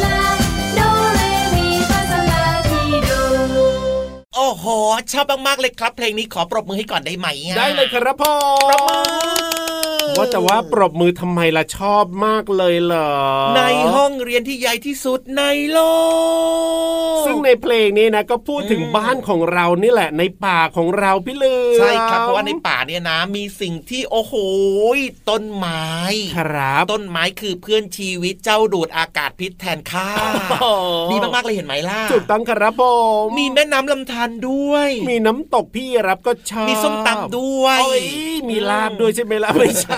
ลาโดเรมีฟาโซลาทีโดโอ้โหชอบมากๆเลยครับเพลงนี้ขอปรบมือให้ก่อนได้ไหมได้เลยครับพ่อปรบมือว่าปรบมือทำไมล่ะชอบมากเลยเหรอในห้องเรียนที่ใหญ่ที่สุดในโลกซึ่งในเพลงนี้นะก็พูดถึงบ้านของเรานี่แหละในป่าของเราพี่ลือใช่ครับเพราะว่าในป่าเนี่ยนะมีสิ่งที่โอ้โหต้นไม้ครับต้นไม้คือเพื่อนชีวิตเจ้าดูดอากาศพิษแทนข้าดีมากๆเลยเห็นไหมล่ะถูกต้องครับผมมีแม่น้ำลำธารด้วยมีน้ำตกพี่รับก็ชอบมีส้มตำด้วยมีลาบด้วยใช่ไหมล่ะไม่ใช่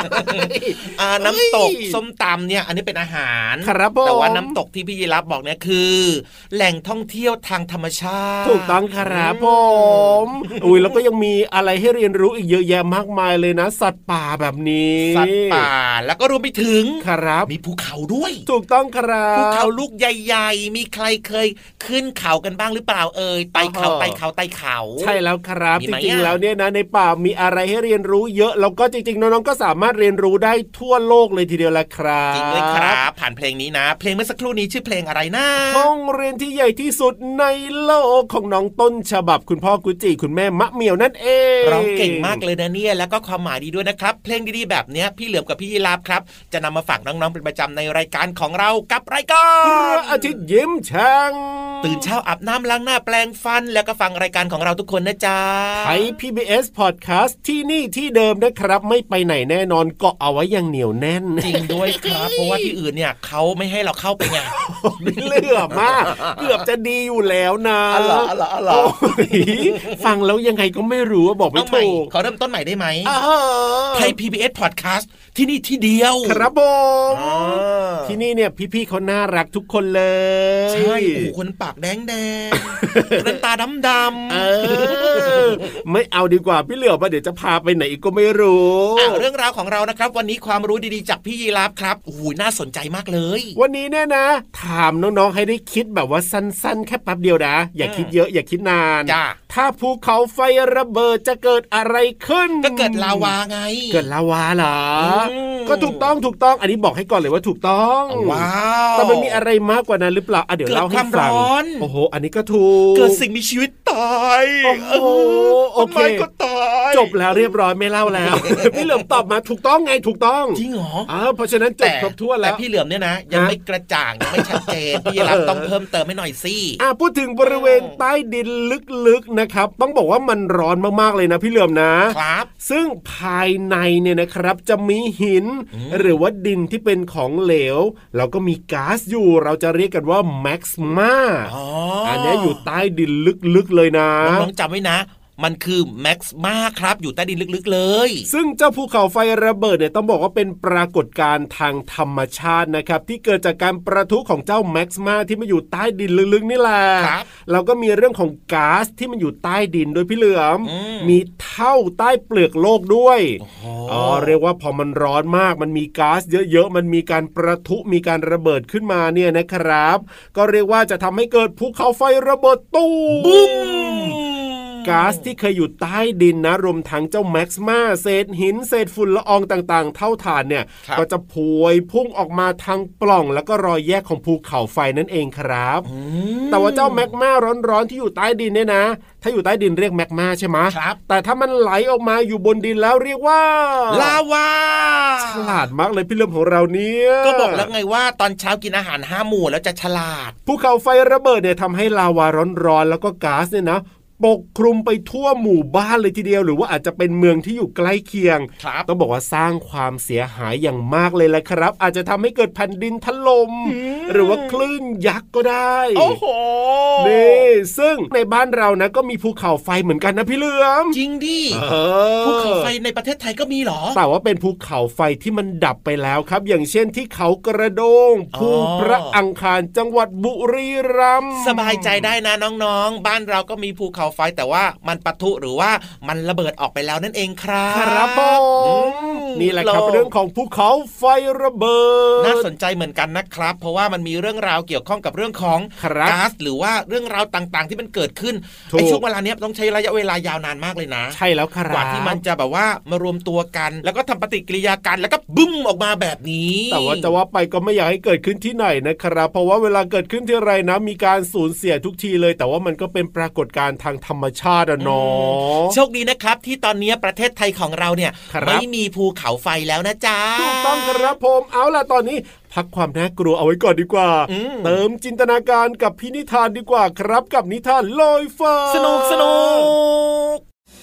น้ำตกส้มตำเนี่ยอันนี้เป็นอาหารแต่ว่าน้ำตกที่พี่ยีรับบอกเนี่ยคือแหล่งท่องเที่ยวทางธรรมชาติถูกต้องครับผมอุ้ยแล้วก็ยังมีอะไรให้เรียนรู้อีกเยอะแยะมากมายเลยนะสัตว์ป่าแบบนี้สัตว์ป่าแล้วก็รวมไปถึงครับมีภูเขาด้วยถูกต้องครับภูเขาลูกใหญ่ๆมีใครเคยขึ้นเขากันบ้างหรือเปล่าไต่เขาใช่แล้วครับจริงๆแล้วเนี่ยนะในป่ามีอะไรให้เรียนรู้เยอะแล้วก็จริงๆน้องๆก็สามารถเรียนรู้ได้ทั่วโลกเลยทีเดียวแหละครับจริงเลยครับผ่านเพลงนี้นะเพลงเมื่อสักครู่นี้ชื่อเพลงอะไรนะห้องเรียนที่ใหญ่ที่สุดในโลกของน้องต้นฉบับคุณพ่อกุจิคุณแม่มะเหมี่ยวนั่นเองร้องเก่งมากเลยนะเนี่ยแล้วก็ความหมายดีด้วยนะครับเพลงดีๆแบบนี้พี่เหลือมกับพี่ยีราฟครับจะนำมาฝากน้องๆเป็นประจำในรายการของเรากับรายการพระอาทิตย์ยิ้มแฉ่งตื่นเช้าอาบน้ำล้างหน้าแปรงฟันแล้วก็ฟังรายการของเราทุกคนนะจ๊ะไทย PBS Podcast ที่นี่ที่เดิมนะครับไม่ไปไหนแน่นอนเกาะเอาไว้อย่างเหนียวแน่นจริงด้วยครับเพราะว่าที่อื่นเนี่ยเขาไม่ให้เราเข้าไปไงไม่เลือกมากเกือบจะดีอยู่แล้วนะอ๋อฟังแล้วยังไงก็ไม่รู้ว่าบอกไม่ถูกเขาเริ่มต้นใหม่ได้ไหมไทย PBS Podcast ที่นี่ที่เดียวครับผมที่นี่เนี่ยพี่ๆเขาน่ารักทุกคนเลยใช่โอ้คนปากแดงคนตาดำไม่เอาดีกว่าพี่เหลือมเดี๋ยวจะพาไปไหนอีกก็ไม่รู้เรื่องราวของเรานะครับวันนี้ความรู้ดีๆจากพี่ยีราฟครับโอ้โหน่าสนใจมากเลยวันนี้เนี่ยนะถามน้องๆให้ได้คิดแบบว่าสั้นๆแค่แป๊บเดียวนะอย่าคิดเยอะอย่าคิดนานถ้าภูเขาไฟระเบิดจะเกิดอะไรขึ้นก็เกิดลาวาไงเกิดลาวาเหรอก็ถูกต้องอันนี้บอกให้ก่อนเลยว่าถูกต้องว้าวแต่มันมีอะไรมากกว่านั้นหรือเปล่าเดี๋ยวเล่าให้ฟังโอ้โหอันนี้ก็ถูกเกิดสิ่งมีชีวิตตายโอเคก็ตายจบแล้วเรียบร้อยไม่เล่าแล้วพี่เหลือมตอบมาถูกต้องไงถูกต้องจริงเหรอเพราะฉะนั้นจบครบถ้วนแล้วแต่พี่เหลือมเนี่ยนะยังไม่กระจ่างยังไม่ชัดเจนพี่รับต้องเพิ่มเติมให้หน่อยสิพูดถึงบริเวณใต้ดินลึกๆนะครับต้องบอกว่ามันร้อนมากๆเลยนะพี่เหลือมนะครับซึ่งภายในเนี่ยนะครับจะมีหินหรือว่าดินที่เป็นของเหลวแล้วก็มีก๊าซอยู่เราจะเรียกกันว่าแม็กซ์มาอันนี้อยู่ใต้ดินลึกๆเลยนะน้องจำไว้นะมันคือแม็กซ์มาครับอยู่ใต้ดินลึกๆเลยซึ่งเจ้าภูเขาไฟระเบิดเนี่ยต้องบอกว่าเป็นปรากฏการณ์ทางธรรมชาตินะครับที่เกิดจากการประทุของเจ้าแม็กซ์มาที่มาอยู่ใต้ดินลึกๆนี่แหละเราก็มีเรื่องของก๊าซที่มันอยู่ใต้ดินโดยพี่เหลือมมีเท่าใต้เปลือกโลกด้วยเรียกว่าพอมันร้อนมากมันมีก๊าซเยอะๆมันมีการประทุมีการระเบิดขึ้นมาเนี่ยนะครับก็เรียกว่าจะทำให้เกิดภูเขาไฟระเบิดตุ้มบุ้มก๊าซที่เคยอยู่ใต้ดินนะรวมทั้งเจ้าแม็กซ์มาเศษหินเศษฝุ่นละอองต่างๆเท่าฐานเนี่ยก็จะพวยพุ่งออกมาทางปล่องแล้วก็รอยแยกของภูเขาไฟนั่นเองครับแต่ว่าเจ้าแม็กซ์มาร้อนๆที่อยู่ใต้ดินเนี่ยนะถ้าอยู่ใต้ดินเรียกแม็กซ์มาใช่ไหมแต่ถ้ามันไหลออกมาอยู่บนดินแล้วเรียกว่าลาวาฉลาดมากเลยพี่เลื่อมของเราเนี่ยก็บอกแล้วไงว่าตอนเช้ากินอาหาร5 หมู่แล้วจะฉลาดภูเขาไฟระเบิดเนี่ยทำให้ลาวาร้อนๆแล้วก็ก๊าซเนี่ยนะปกคลุมไปทั่วหมู่บ้านเลยทีเดียวหรือว่าอาจจะเป็นเมืองที่อยู่ใกล้เคียงต้องบอกว่าสร้างความเสียหายอย่างมากเลยแหละครับอาจจะทำให้เกิดแผ่นดินถล่มหรือว่าคลื่นยักษ์ก็ได้โอ้โหนี่ซึ่งในบ้านเรานะก็มีภูเขาไฟเหมือนกันนะพี่เหลือมจริงดิภูเขาไฟในประเทศไทยก็มีหรอแต่ว่าเป็นภูเขาไฟที่มันดับไปแล้วครับอย่างเช่นที่เขากระโดงภูพระอังคารจังหวัดบุรีรัมย์สบายใจได้นะน้องๆบ้านเราก็มีภูเขาไฟแต่ว่ามันปะทุหรือว่ามันระเบิดออกไปแล้วนั่นเองครับครับผมนี่แหละครับเรื่องของภูเขาไฟระเบิดน่าสนใจเหมือนกันนะครับเพราะว่ามันมีเรื่องราวเกี่ยวข้องกับเรื่องของก๊าซหรือว่าเรื่องราวต่างๆที่มันเกิดขึ้นในช่วงเวลานี้ต้องใช้ระยะเวลายาวนานมากเลยนะใช่แล้วครับกว่าที่มันจะแบบว่ามารวมตัวกันแล้วก็ทำปฏิกิริยากันแล้วก็บึ้มออกมาแบบนี้แต่ว่าจะว่าไปก็ไม่อยากให้เกิดขึ้นที่ไหนนะครับเพราะว่าเวลาเกิดขึ้นที่ไรนะมีการสูญเสียทุกทีเลยแต่ว่ามันก็เป็นปรากฏการณ์ทางธรรมชาติเนาะโชคดีนะครับที่ตอนนี้ประเทศไทยของเราเนี่ยไม่มีภูเขาไฟแล้วนะจ๊ะถูกต้องครับผมเอาล่ะตอนนี้พักความน่ากลัวเอาไว้ก่อนดีกว่าเติมจินตนาการกับพี่นิทานดีกว่าครับกับนิทานลอยฟ้าสนุก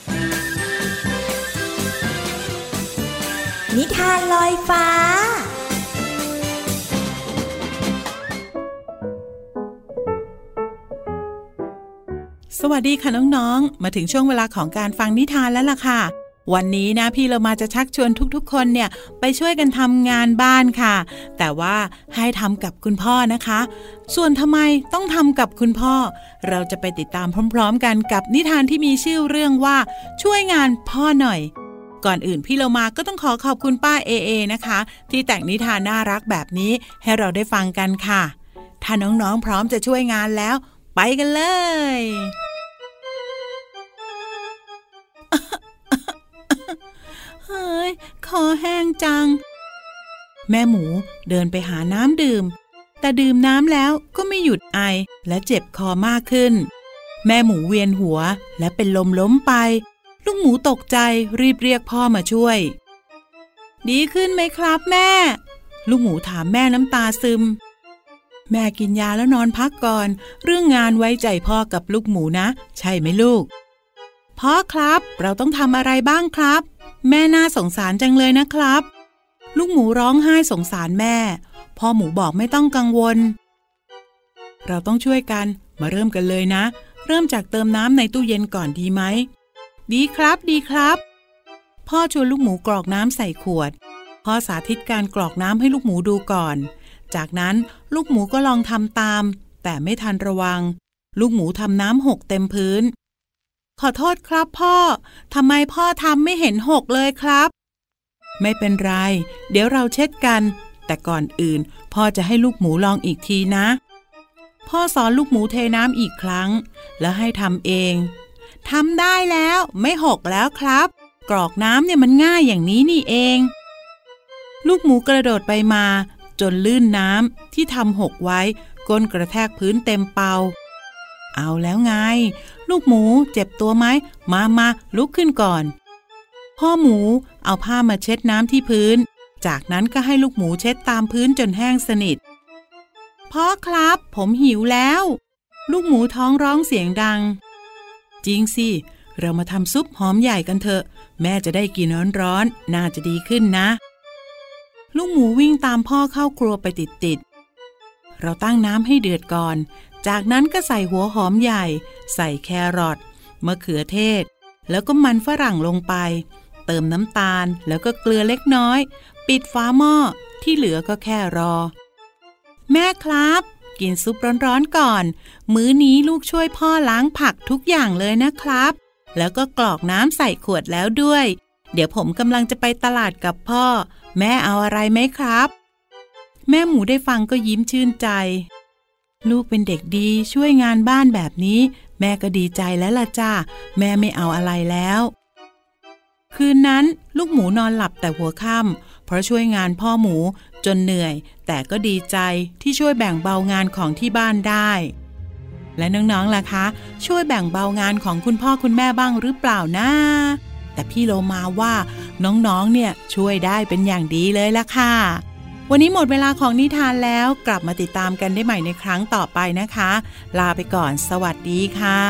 นิทานลอยฟ้าสวัสดีค่ะน้องๆมาถึงช่วงเวลาของการฟังนิทานแล้วล่ะค่ะวันนี้นะพี่เรามาจะชักชวนทุกๆคนเนี่ยไปช่วยกันทำงานบ้านค่ะแต่ว่าให้ทำกับคุณพ่อนะคะส่วนทำไมต้องทำกับคุณพ่อเราจะไปติดตามพร้อมๆกันกับนิทานที่มีชื่อเรื่องว่าช่วยงานพ่อหน่อยก่อนอื่นพี่เรามาก็ต้องขอบคุณป้าเอนะคะที่แต่งนิทานน่ารักแบบนี้ให้เราได้ฟังกันค่ะถ้าน้องๆพร้อมจะช่วยงานแล้วไปกันเลยเฮ้ยคอแห้งจังแม่หมูเดินไปหาน้ำดื่มแต่ดื่มน้ำแล้วก็ไม่หยุดไอและเจ็บคอมากขึ้นแม่หมูเวียนหัวและเป็นลมล้มไปลูกหมูตกใจรีบเรียกพ่อมาช่วยดีขึ้นไหมครับแม่ลูกหมูถามแม่น้ำตาซึมแม่กินยาแล้วนอนพักก่อนเรื่องงานไว้ใจพ่อกับลูกหมูนะใช่ไหมลูกพ่อครับเราต้องทำอะไรบ้างครับแม่น่าสงสารจังเลยนะครับลูกหมูร้องไห้สงสารแม่พ่อหมูบอกไม่ต้องกังวลเราต้องช่วยกันมาเริ่มกันเลยนะเริ่มจากเติมน้ำในตู้เย็นก่อนดีไหมดีครับดีครับพ่อชวนลูกหมูกรอกน้ำใส่ขวดพ่อสาธิตการกรอกน้ำให้ลูกหมูดูก่อนจากนั้นลูกหมูก็ลองทำตามแต่ไม่ทันระวังลูกหมูทำน้ำหกเต็มพื้นขอโทษครับพ่อทำไมพ่อทำไม่เห็นหกเลยครับไม่เป็นไรเดี๋ยวเราเช็ดกันแต่ก่อนอื่นพ่อจะให้ลูกหมูลองอีกทีนะพ่อสอนลูกหมูเทน้ำอีกครั้งแล้วให้ทำเองทำได้แล้วไม่หกแล้วครับกรอกน้ำเนี่ยมันง่ายอย่างนี้นี่เองลูกหมูกระโดดไปมาจนลื่นน้ำที่ทำหกไว้ก้นกระแทกพื้นเต็มเป่าเอาแล้วไงลูกหมูเจ็บตัวไหมมาลุกขึ้นก่อนพ่อหมูเอาผ้ามาเช็ดน้ำที่พื้นจากนั้นก็ให้ลูกหมูเช็ดตามพื้นจนแห้งสนิทพ่อครับผมหิวแล้วลูกหมูท้องร้องเสียงดังจริงสิเรามาทำซุปหอมใหญ่กันเถอะแม่จะได้กินร้อนๆน่าจะดีขึ้นนะลูกหมูวิ่งตามพ่อเข้าครัวไปติดๆเราตั้งน้ำให้เดือดก่อนจากนั้นก็ใส่หัวหอมใหญ่ใส่แครอทมะเขือเทศแล้วก็มันฝรั่งลงไปเติมน้ำตาลแล้วก็เกลือเล็กน้อยปิดฝาหม้อที่เหลือก็แค่รอแม่ครับกินซุปร้อนๆก่อนมื้อนี้ลูกช่วยพ่อล้างผักทุกอย่างเลยนะครับแล้วก็กรอกน้ำใส่ขวดแล้วด้วยเดี๋ยวผมกำลังจะไปตลาดกับพ่อแม่เอาอะไรไหมครับแม่หมูได้ฟังก็ยิ้มชื่นใจลูกเป็นเด็กดีช่วยงานบ้านแบบนี้แม่ก็ดีใจแล้วล่ะจ้าแม่ไม่เอาอะไรแล้วคืนนั้นลูกหมูนอนหลับแต่หัวค่ำเพราะช่วยงานพ่อหมูจนเหนื่อยแต่ก็ดีใจที่ช่วยแบ่งเบางานของที่บ้านได้และน้องๆล่ะคะช่วยแบ่งเบางานของคุณพ่อคุณแม่บ้างหรือเปล่านะแต่พี่โลมาว่าน้องๆเนี่ยช่วยได้เป็นอย่างดีเลยล่ะค่ะวันนี้หมดเวลาของนิทานแล้วกลับมาติดตามกันได้ใหม่ในครั้งต่อไปนะคะลาไปก่อนสวัสดีค่ะ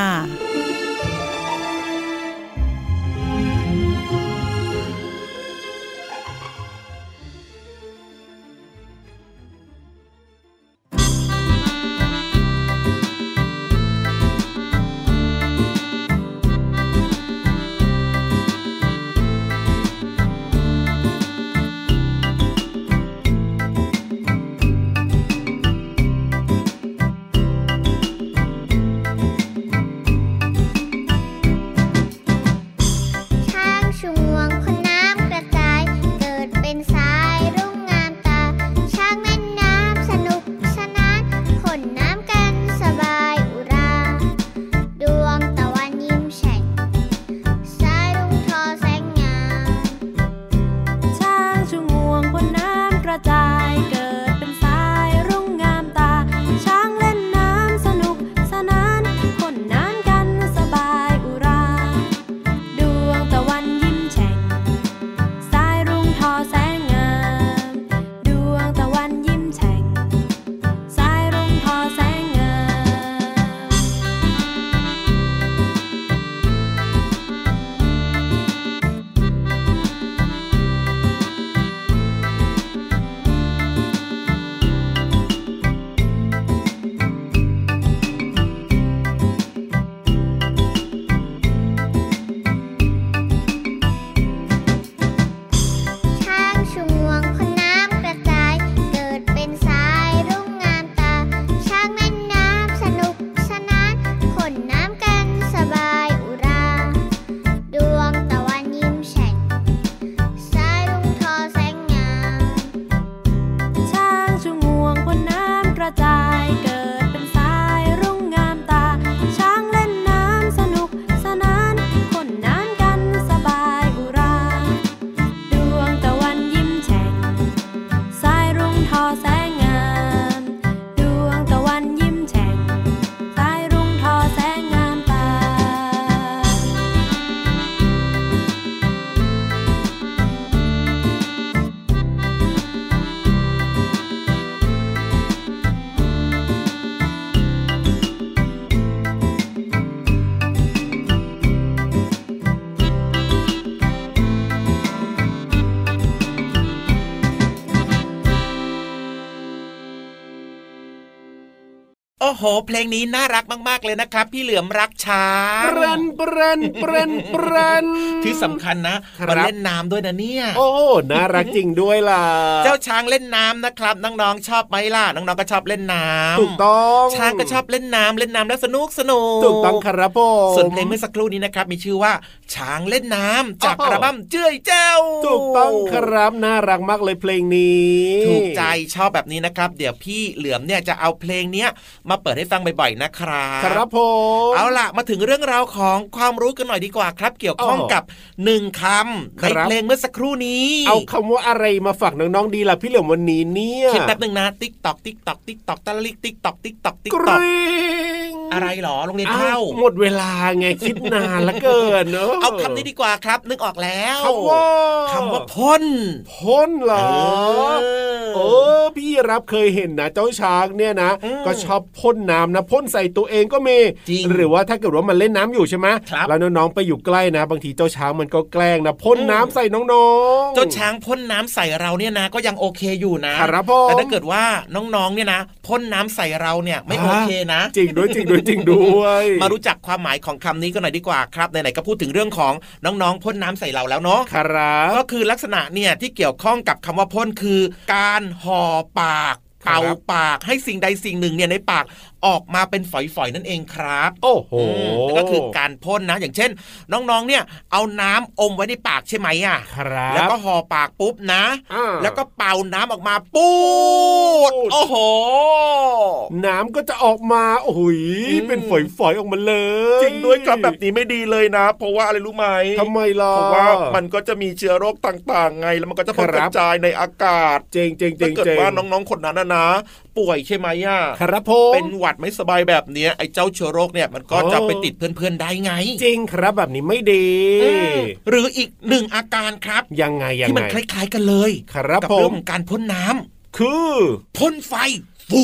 โหเพลงนี้น่ารักมากๆเลยนะครับพี่เหลือมรักช้างเปรนที่สำคัญนะมาเล่นน้ำด้วยนะเนี่ยโอ้น่ารักจริงด้วยล่ะเจ้าช้างเล่นน้ำนะครับน้องๆชอบไหมล่ะน้องๆก็ชอบเล่นน้ำถูกต้องช้างก็ชอบเล่นน้ำแล้วสนุกถูกต้องครับผมส่วนเพลงเมื่อสักครู่นี้นะครับมีชื่อว่าช้างเล่นน้ำจากอัลบั้มเจ้ยเจ้าถูกต้องครับน่ารักมากเลยเพลงนี้ถูกใจชอบแบบนี้นะครับเดี๋ยวพี่เหลือมเนี่ยจะเอาเพลงเนี้ยมาเปิดให้ฟังบ่อยๆนะครับครับผมเอาล่ะมาถึงเรื่องราวของความรู้กันหน่อยดีกว่าครับเกี่ยวข้องกับ1คำในเพลงเมื่อสักครู่นี้เอาคำว่าอะไรมาฝากน้องๆดีล่ะพี่เหลือมวันนี้เนี่ยคิดแป๊บนึงนะติ๊กตอกตะลิกติ๊กตอกอะไรหรอโรงเรียนเข้าหมดเวลาไงคิดนานละเกินเนอะเอาคำนี้ดีกว่าครับนึกออกแล้วคำว่าพ่นเหรอพี่รับเคยเห็นนะเจ้าช้างเนี่ยนะก็ชอบพ่นน้ำนะพ่นใส่ตัวเองก็มีหรือว่าถ้าเกิดว่ามันเล่นน้ำอยู่ใช่ไหมแล้วน้องๆไปอยู่ใกล้นะบางทีเจ้าช้างมันก็แกล้งนะพ่นน้ำใส่น้องๆเจ้าช้างพ่นน้ำใส่เราเนี่ยนะก็ยังโอเคอยู่นะแต่ถ้าเกิดว่าน้องๆเนี่ยนะพ่นน้ำใส่เราเนี่ยไม่โอเคนะจริงด้วยมารู้จักความหมายของคำนี้กันหน่อยดีกว่าครับไหนๆก็พูดถึงเรื่องของน้องๆพ่นน้ำใส่เราแล้วเนาะครับก็คือลักษณะเนี่ยที่เกี่ยวข้องกับคำว่าพ่นคือการห่อปากเป่าปากให้สิ่งใดสิ่งหนึ่งเนี่ยในปากออกมาเป็นฝอยๆนั่นเองครับโอ้โหก็คือการพ่นนะอย่างเช่นน้องๆเนี่ยเอาน้ำอมไว้ในปากใช่ไหมอ่ะแล้วก็ห่อปากปุ๊บนะแล้วก็เป่าน้ำออกมาปูดโอ้โหน้ำก็จะออกมาโอ้โหเป็นฝอยๆออกมาเลยจริงด้วยครับแบบนี้ไม่ดีเลยนะเพราะว่าอะไรรู้ไหมทำไมล่ะเพราะว่ามันก็จะมีเชื้อโรคต่างๆไงแล้วมันก็จะกระจายในอากาศจริงๆถ้าเกิดว่าน้องๆคนนั้นนะป่วยใช่ไหมอ่ะครับผมเป็นหวัดไม่สบายแบบนี้ไอ้เจ้าเชื้อโรคเนี่ยมันก็จะไปติดเพื่อนๆได้ไงจริงครับแบบนี้ไม่ดีหรืออีกหนึ่งอาการครับยังไงที่มันคล้ายๆกันเลยครับกับเรื่องของการพ่นน้ำคือพ่นไฟฟู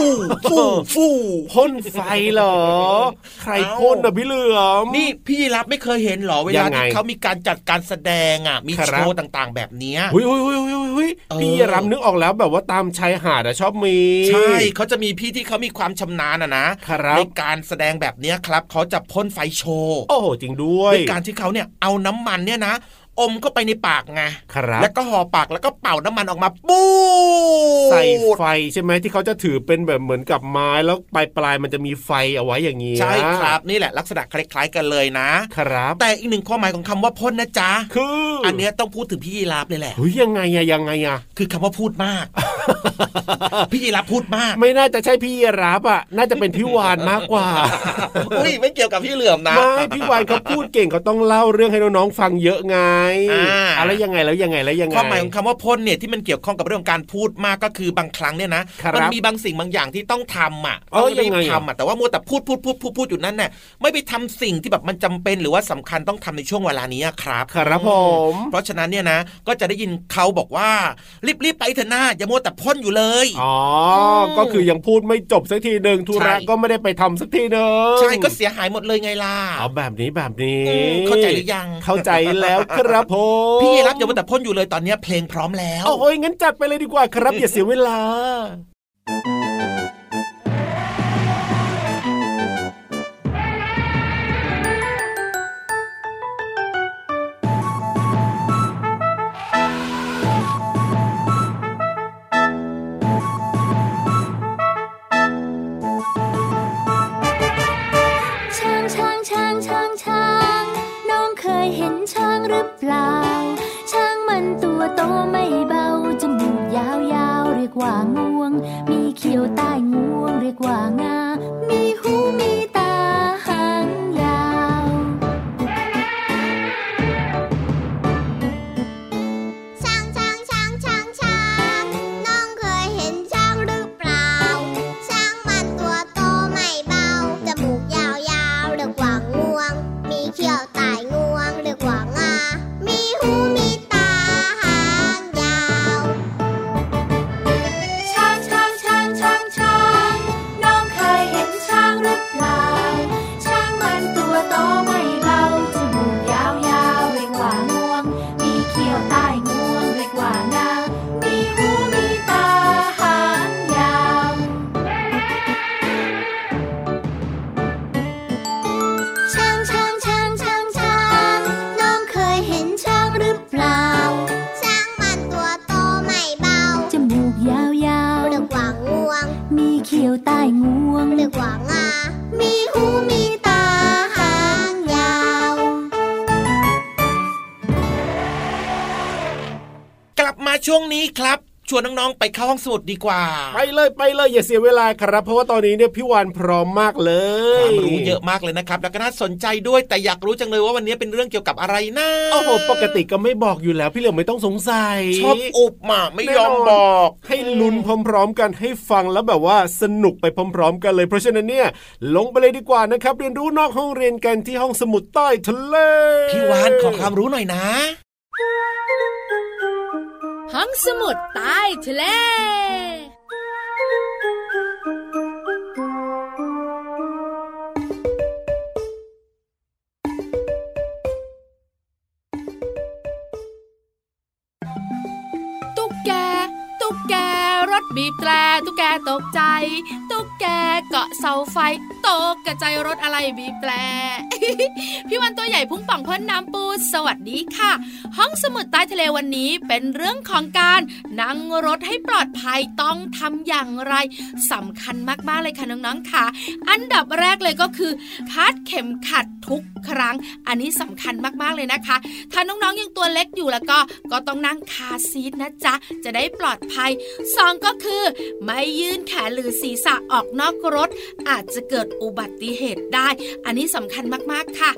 พ่นไฟเหรอใครพ่นนะพี่เหลือมนี่พี่รับไม่เคยเห็นหรอเวลาที่เขามีการจัดการแสดงอ่ะมีโชว์ต่างๆแบบนี้พี่รับนึกออกแล้วแบบว่าตามชายหาดชอบมีใช่เขาจะมีพี่ที่เขามีความชำนาญนะในการแสดงแบบนี้ครับเขาจะพ่นไฟโชว์โอ้จริงด้วยในการที่เขาเนี่ยเอาน้ำมันเนี่ยนะอมเข้าไปในปากไงแล้วก็ห่อปากแล้วก็เป่าน้ำมันออกมาปูใส่ไฟใช่ไหมที่เขาจะถือเป็นแบบเหมือนกับไม้แล้วปลายมันจะมีไฟเอาไว้อย่างนี้ใช่ครับนี่แหละลักษณะคล้ายๆกันเลยนะครับแต่อีกหนึ่งความหมายของคำว่าพ่นนะจ๊ะคืออันนี้ต้องพูดถึงพี่ยีราฟเลยแหละยังไงคือคำว่าพูดมาก พี่ยีราฟพูดมากไม่น่าจะใช่พี่ยีราฟอ่ะน่าจะเป็นพี่วานมากกว่าไม่เกี่ยวกับพี่เหลือมนะไม่พี่วานเขาพูดเก่งเขาต้องเล่าเรื่องให้น้องๆฟังเยอะไงอะไรยังไงความหมายของคำว่าพ่นเนี่ยที่มันเกี่ยวข้องกับเรื่องการพูดมากก็คือบางครั้งเนี่ยนะมันมีบางสิ่งบางอย่างที่ต้องทำอ่ะยังไงทำแต่ว่ามัวแต่พูดอยู่นั่นน่ะไม่ไปทำสิ่งที่แบบมันจำเป็นหรือว่าสำคัญต้องทำในช่วงเวลานี้ครับผมเพราะฉะนั้นเนี่ยนะก็จะได้ยินเขาบอกว่ารีบไปเถอะนะอย่ามัวแต่พ่นอยู่เลยก็คือยังพูดไม่จบสักทีนึงธุระก็ไม่ได้ไปทำสักทีนึงใช่ก็เสียหายหมดเลยไงล่ะแบบนี้เข้าใจหรือยังเข้าใจแล้วครับผมพี่รับอย่ามัวแต่พ่นอยู่เลยตอนนี้เพลงพร้อมแล้วโอ้ยงั้นจัดไปเลยดีกว่าครับอย่าเสียเวลาน้องเคยเห็นช้างหรือเปล่าช้างมันตัวโตไม่เบาจมูกยาวๆเรียกว่างวงมีเขียวใต้งวงเรียกว่างามีหูมีตาหางยาวช้างน้องเคยเห็นช้างหรือเปล่าช้างมันตัวโตไม่เบาจมูกยาวๆเรียกว่างวงมีเขียวใต้งวงเรียกว่างามีช่วงนี้ครับชวนน้องๆไปเข้าห้องสมุดดีกว่าไปเลยอย่าเสียเวลาครับเพราะว่าตอนนี้เนี่ยพี่วานพร้อมมากเลยความรู้เยอะมากเลยนะครับแล้วก็น่าสนใจด้วยแต่อยากรู้จังเลยว่าวันนี้เป็นเรื่องเกี่ยวกับอะไรนะโอ้โหปกติก็ไม่บอกอยู่แล้วพี่เหลือไม่ต้องสงสัยชอบอุบมาไม่ยอมบอกให้ลุ้นพร้อมๆกันให้ฟังแล้วแบบว่าสนุกไปพร้อมๆกันเลยเพราะฉะนั้นเนี่ยลงไปเลยดีกว่านะครับเรียนรู้นอกห้องเรียนกันที่ห้องสมุดใต้ทะเลพี่วานขอความรู้หน่อยนะห้องสมุดใต้ทะเลตุ๊กแกรถบีบแตรตุ๊กแกตกใจตุ๊กแกเกาะเสาไฟตกกระจายรถอะไรบีบแตร พี่วันตัวใหญ่พุ่งป่องพ่นน้ำปูสวัสดีค่ะห้องสมุดใต้ทะเลวันนี้เป็นเรื่องของการนั่งรถให้ปลอดภัยต้องทำอย่างไรสำคัญมากๆเลยค่ะน้องๆค่ะอันดับแรกเลยก็คือคาดเข็มขัดทุกครั้งอันนี้สำคัญมากๆเลยนะคะถ้าน้องๆยังตัวเล็กอยู่แล้วก็ต้องนั่งคาร์ซีทนะจ๊ะจะได้ปลอดภัย2ก็คือไม่ยื่นแขนหรือศีรษะออกนอกรถอาจจะเกิดอุบัติเหตุได้อันนี้สำคัญมากๆค่ะ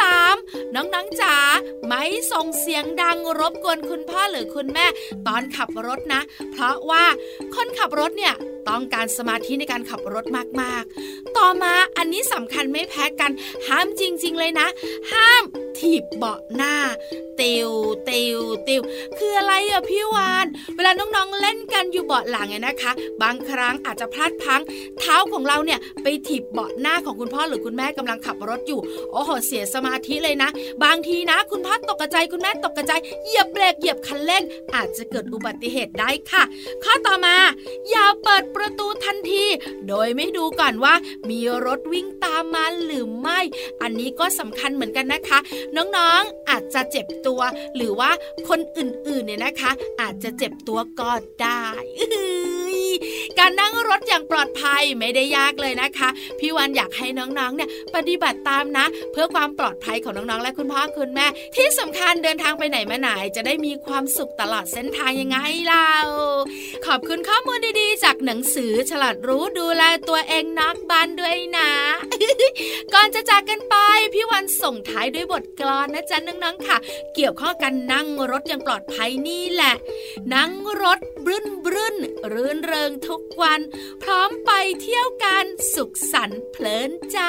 3น้องๆจ๋าไม่ส่งเสียงดังรบกวนคุณพ่อหรือคุณแม่ตอนขับรถนะเพราะว่าคนขับรถเนี่ยต้องการสมาธิในการขับรถมากๆต่อมาอันนี้สำคัญไม่แพ้กันห้ามจริงๆเลยนะห้ามถีบเบาะหน้าติวคืออะไรอะพี่วานเวลาน้องๆเล่นกันอยู่เบาะหลังเนี่ยนะคะบางครั้งอาจจะพลาดพลั้งเท้าของเราเนี่ยไปถีบเบาะหน้าของคุณพ่อหรือคุณแม่กำลังขับรถอยู่โอ้โหเสียสมาธิเลยนะบางทีนะคุณพ่อตกใจคุณแม่ตกใจเหยียบเบรกเหยียบคันเร่งอาจจะเกิดอุบัติเหตุได้ค่ะข้อต่อมาอย่าเปิดประตูทันทีโดยไม่ดูก่อนว่ามีรถวิ่งตามมาหรือไม่อันนี้ก็สำคัญเหมือนกันนะคะน้องๆอาจจะเจ็บตัวหรือว่าคนอื่นๆเนี่ยนะคะอาจจะเจ็บตัวก็ได้การนั่งรถอย่างปลอดภัยไม่ได้ยากเลยนะคะพี่วันอยากให้น้องๆเนี่ยปฏิบัติตามนะเพื่อความปลอดภัยของน้องๆและคุณพ่อคุณแม่ที่สำคัญเดินทางไปไหนมาไหนจะได้มีความสุขตลอดเส้นทางยังไงเล่าขอบคุณข้อมูลดีๆจากหนังสือฉลาดรู้ดูแลตัวเองนอกบ้านด้วยนะ ก่อนจะจากกันไปพี่วันส่งท้ายด้วยบทกลอนนะจ๊ะน้องๆค่ะเกี่ยวข้องกันนั่งรถอย่างปลอดภัยนี่แหละนั่งรถบรื่นรื่นเริงทุกวันพร้อมไปเที่ยวกันสุขสันต์เพลินใจ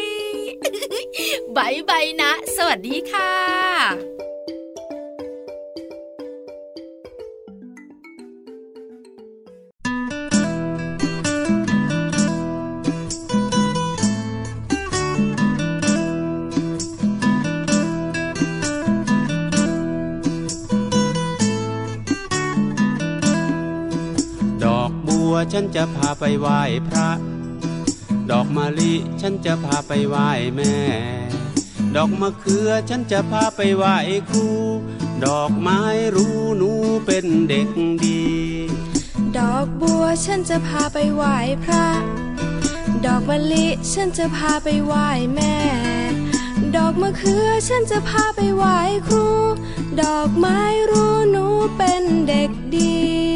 บ๊ายบายนะสวัสดีค่ะฉันจะพาไปไหว้พระดอกมะลิฉันจะพาไปไหว้แม่ดอกมะเขือฉันจะพาไปไหว้ครูดอกไม้รู้หนูเป็นเด็กดีดอกบัวฉันจะพาไปไหว้พระดอกมะลิฉันจะพาไปไหว้แม่ดอกมะเขือฉันจะพาไปไหว้ครูดอกไม้รู้หนูเป็นเด็กดี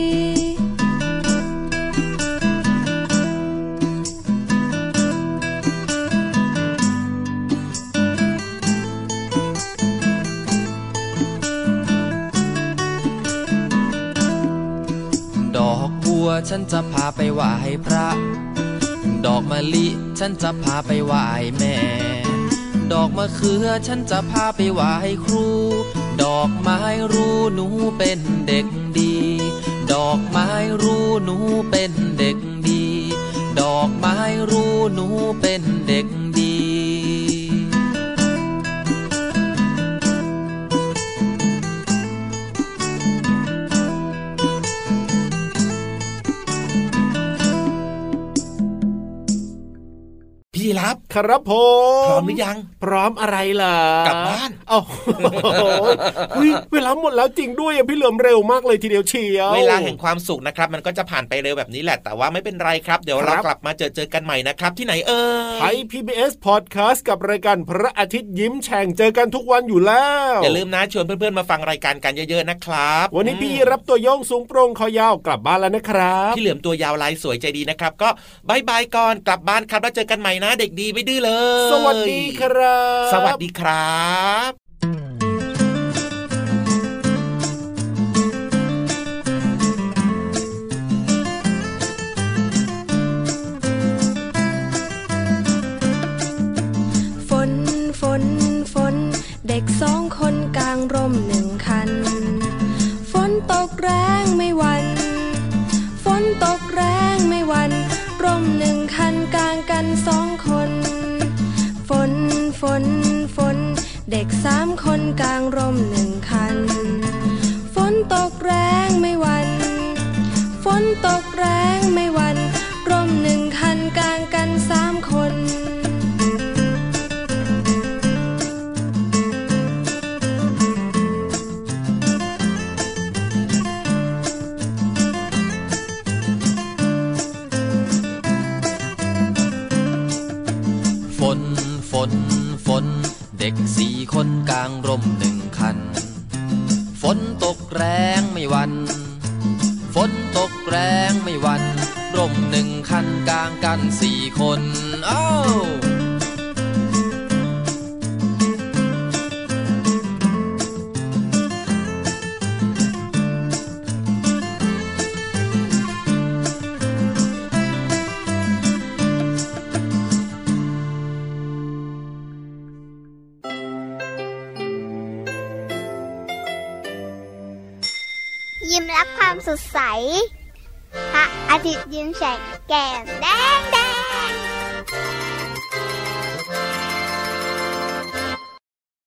ฉันจะพาไปไหว้พระดอกมะลิฉันจะพาไปไหว้แม่ดอกมะเขือฉันจะพาไปไหว้ครูดอกไม้รู้หนูเป็นเด็กดีดอกไม้รู้หนูเป็นเด็กดีดอกไม้รู้หนูเป็นเด็กดีพี่รับครับครับผมพร้อมหรือยังพร้อมอะไรล่ะกลับบ้านโอ้โหเวลาหมดแล้วจริงด้วยพี่เหลือมเร็วมากเลยทีเดียวเชียวเวลาแห่งความสุขนะครับมันก็จะผ่านไปเร็วแบบนี้แหละแต่ว่าไม่เป็นไรครับเดี๋ยวเรากลับมาเจอกันใหม่นะครับที่ไหนไทย PBS Podcast กับรายการพระอาทิตย์ยิ้มแฉ่งเจอกันทุกวันอยู่แล้วอย่าลืมนะชวนเพื่อนๆมาฟังรายการกันเยอะๆนะครับวันนี้พี่รับตัวโยงสูงโปร่งคอยาวกลับบ้านแล้วนะครับพี่เหลือมตัวยาวลายสวยใจดีนะครับก็บายบายก่อนกลับบ้านครับแล้วเจอกันใหม่นะเด็กดีไม่ดื้อเลยสวัสดีครับสวัสดีครับฝนเด็กสองคนกลางร่มหนึ่งคันฝนตกแรงไม่หวั่นฝนตกแรงไม่หวั่นร่มหนึ่งคันกลางกันสองคนฝนเด็กสามคนกลางร่มหนึ่งคันฝนตกแรงไม่หวั่นฝนตกแรงไม่หวั่นร่มหนึ่งคันกลางกันสามคนฝนเด็กสี่คนกลางร่มหนึ่งคันฝนตกแรงไม่หวั่นฝนตกแรงไม่หวั่นร่มหนึ่งคันกลางกันสี่คนอ้าวยิ้มรับความสดใสพระอาทิตย์ยิ้มแฉกแก้มแดง